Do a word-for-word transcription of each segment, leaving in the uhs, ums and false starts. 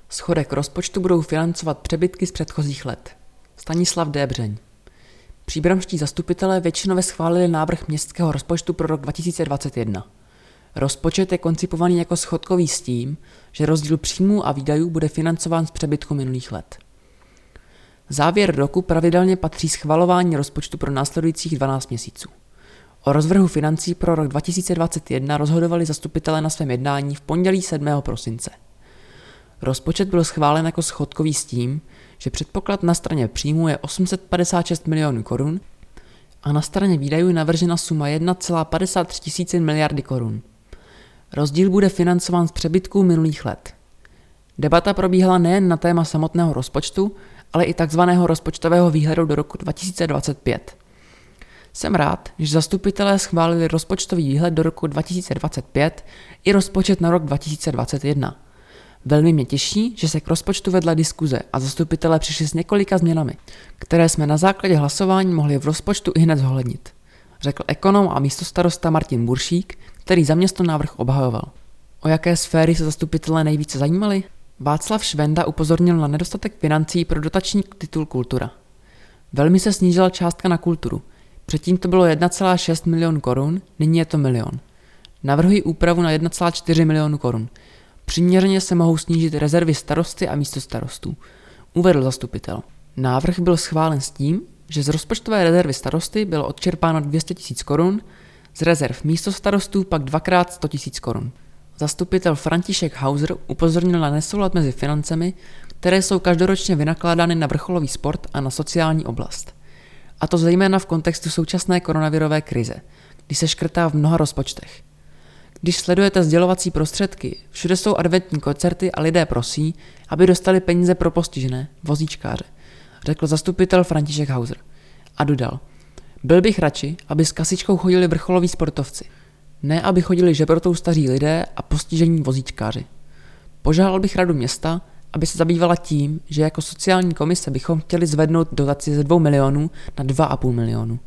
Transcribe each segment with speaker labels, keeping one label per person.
Speaker 1: Schodek rozpočtu budou financovat přebytky z předchozích let. Stanislav Débřeň. Příbramští zastupitelé většinově schválili návrh městského rozpočtu pro rok dva tisíce dvacet jedna. Rozpočet je koncipovaný jako schodkový s tím, že rozdíl příjmů a výdajů bude financován z přebytku minulých let. Závěr roku pravidelně patří schvalování rozpočtu pro následujících dvanáct měsíců. O rozvrhu financí pro rok dva tisíce dvacet jedna rozhodovali zastupitelé na svém jednání v pondělí sedmého prosince. Rozpočet byl schválen jako schodkový s tím, že předpoklad na straně příjmů je osm set padesát šest milionů korun a na straně výdajů je navržena suma jedna celá padesát tři tisíce miliardy korun. Rozdíl bude financován z přebytků minulých let. Debata probíhala nejen na téma samotného rozpočtu, ale i takzvaného rozpočtového výhledu do roku dva tisíce dvacet pět. Jsem rád, že zastupitelé schválili rozpočtový výhled do roku dva tisíce dvacet pět i rozpočet na rok dva tisíce dvacet jedna. Velmi mě těší, že se k rozpočtu vedla diskuze a zastupitelé přišli s několika změnami, které jsme na základě hlasování mohli v rozpočtu i hned zohlednit, řekl ekonom a místostarosta Martin Buršík, který za město návrh obhajoval. O jaké sféry se zastupitelé nejvíce zajímali? Václav Švenda upozornil na nedostatek financí pro dotační titul Kultura. Velmi se snížila částka na kulturu. Předtím to bylo jedna celá šest milionu korun, nyní je to milion. Navrhuji úpravu na jedna celá čtyři milionu korun. Přiměřeně se mohou snížit rezervy starosty a místostarostů, uvedl zastupitel. Návrh byl schválen s tím, že z rozpočtové rezervy starosty bylo odčerpáno dvě stě tisíc korun, z rezerv místostarostů pak dvakrát sto tisíc korun. Zastupitel František Hauser upozornil na nesoulad mezi financemi, které jsou každoročně vynakládány na vrcholový sport a na sociální oblast. A to zejména v kontextu současné koronavirové krize, kdy se škrtá v mnoha rozpočtech. Když sledujete sdělovací prostředky, všude jsou adventní koncerty a lidé prosí, aby dostali peníze pro postižené, vozíčkáře, řekl zastupitel František Hauser. A dodal, byl bych radši, aby s kasičkou chodili vrcholoví sportovci, ne aby chodili žebrotou staří lidé a postižení vozíčkáři. Požádal bych radu města, aby se zabývala tím, že jako sociální komise bychom chtěli zvednout dotaci ze dvou milionů na dva a půl milionu.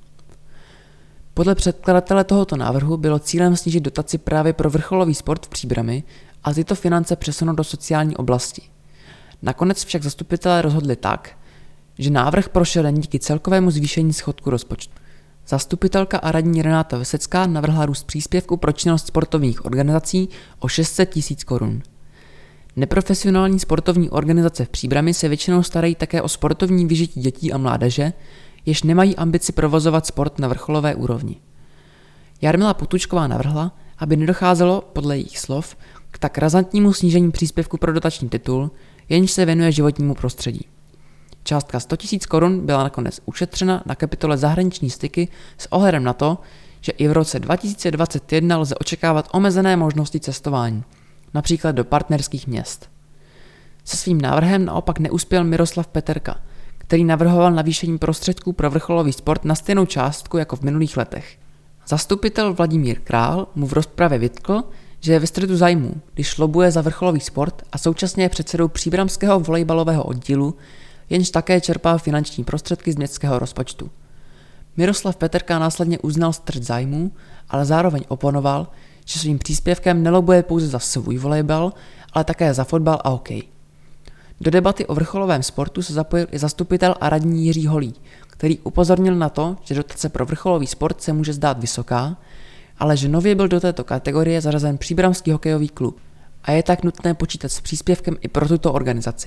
Speaker 1: Podle předkladatele tohoto návrhu bylo cílem snížit dotaci právě pro vrcholový sport v Příbrami a tyto finance přesunout do sociální oblasti. Nakonec však zastupitelé rozhodli tak, že návrh prošel jen díky celkovému zvýšení schodku rozpočtu. Zastupitelka a radní Renáta Vesecká navrhla růst příspěvku pro činnost sportovních organizací o šest set tisíc korun. Neprofesionální sportovní organizace v Příbrami se většinou starají také o sportovní vyžití dětí a mládeže, jež nemají ambici provozovat sport na vrcholové úrovni. Jarmila Putučková navrhla, aby nedocházelo, podle jejich slov, k tak razantnímu snížení příspěvku pro dotační titul, jenž se věnuje životnímu prostředí. Částka sto tisíc korun byla nakonec ušetřena na kapitole zahraniční styky s ohledem na to, že i v roce dva tisíce dvacet jedna lze očekávat omezené možnosti cestování, například do partnerských měst. Se svým návrhem naopak neuspěl Miroslav Peterka, který navrhoval navýšení prostředků pro vrcholový sport na stejnou částku jako v minulých letech. Zastupitel Vladimír Král mu v rozpravě vytkl, že je ve střetu zájmů, když lobuje za vrcholový sport a současně je předsedou příbramského volejbalového oddílu, jenž také čerpá finanční prostředky z městského rozpočtu. Miroslav Peterka následně uznal střet zájmů, ale zároveň oponoval, že svým příspěvkem nelobuje pouze za svůj volejbal, ale také za fotbal a hokej. Do debaty o vrcholovém sportu se zapojil i zastupitel a radní Jiří Holý, který upozornil na to, že dotace pro vrcholový sport se může zdát vysoká, ale že nově byl do této kategorie zařazen Příbramský hokejový klub a je tak nutné počítat s příspěvkem i pro tuto organizaci.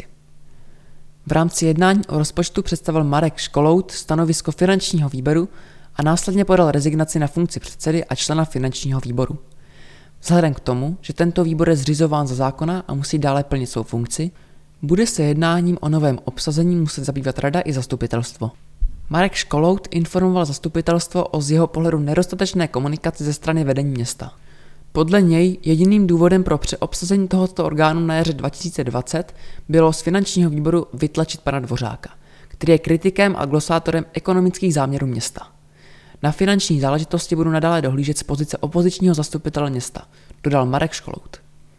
Speaker 1: V rámci jednání o rozpočtu představil Marek Školout stanovisko finančního výboru a následně podal rezignaci na funkci předsedy a člena finančního výboru. Vzhledem k tomu, že tento výbor je zřizován za zákona a musí dále plnit svou funkci, bude se jednáním o novém obsazení muset zabývat rada i zastupitelstvo. Marek Školout informoval zastupitelstvo o z jeho pohledu nedostatečné komunikaci ze strany vedení města. Podle něj jediným důvodem pro přeobsazení tohoto orgánu na jaře dva tisíce dvacet bylo z finančního výboru vytlačit pana Dvořáka, který je kritikem a glosátorem ekonomických záměrů města. Na finanční záležitosti budu nadále dohlížet z pozice opozičního zastupitele města, dodal Marek Školout.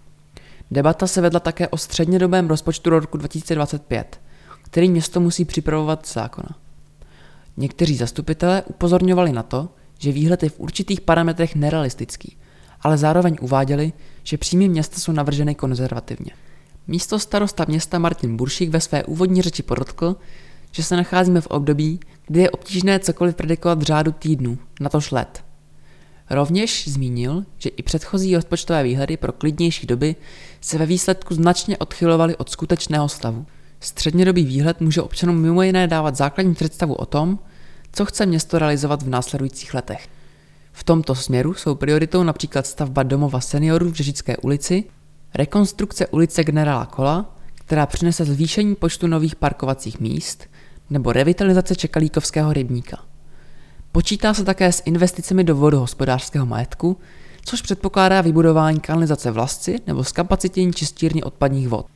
Speaker 1: Debata se vedla také o střednědobém rozpočtu do roku dva tisíce dvacet pět, který město musí připravovat z zákona. Někteří zastupitelé upozorňovali na to, že výhled je v určitých parametrech nerealistický, ale zároveň uváděli, že příjmy města jsou navrženy konzervativně. Místostarosta města Martin Buršík ve své úvodní řeči podotkl, že se nacházíme v období, kdy je obtížné cokoliv predikovat v řádu týdnů, natož let. Rovněž zmínil, že i předchozí rozpočtové výhledy pro klidnější doby se ve výsledku značně odchylovaly od skutečného stavu. Střednědobý výhled může občanům mimo jiné dávat základní představu o tom, co chce město realizovat v následujících letech. V tomto směru jsou prioritou například stavba domova seniorů v Řežické ulici, rekonstrukce ulice Generála Kola, která přinese zvýšení počtu nových parkovacích míst, nebo revitalizace Čekalíkovského rybníka. Počítá se také s investicemi do vodohospodářského majetku, což předpokládá vybudování kanalizace v Lasci nebo zkapacitnění čistírny odpadních vod.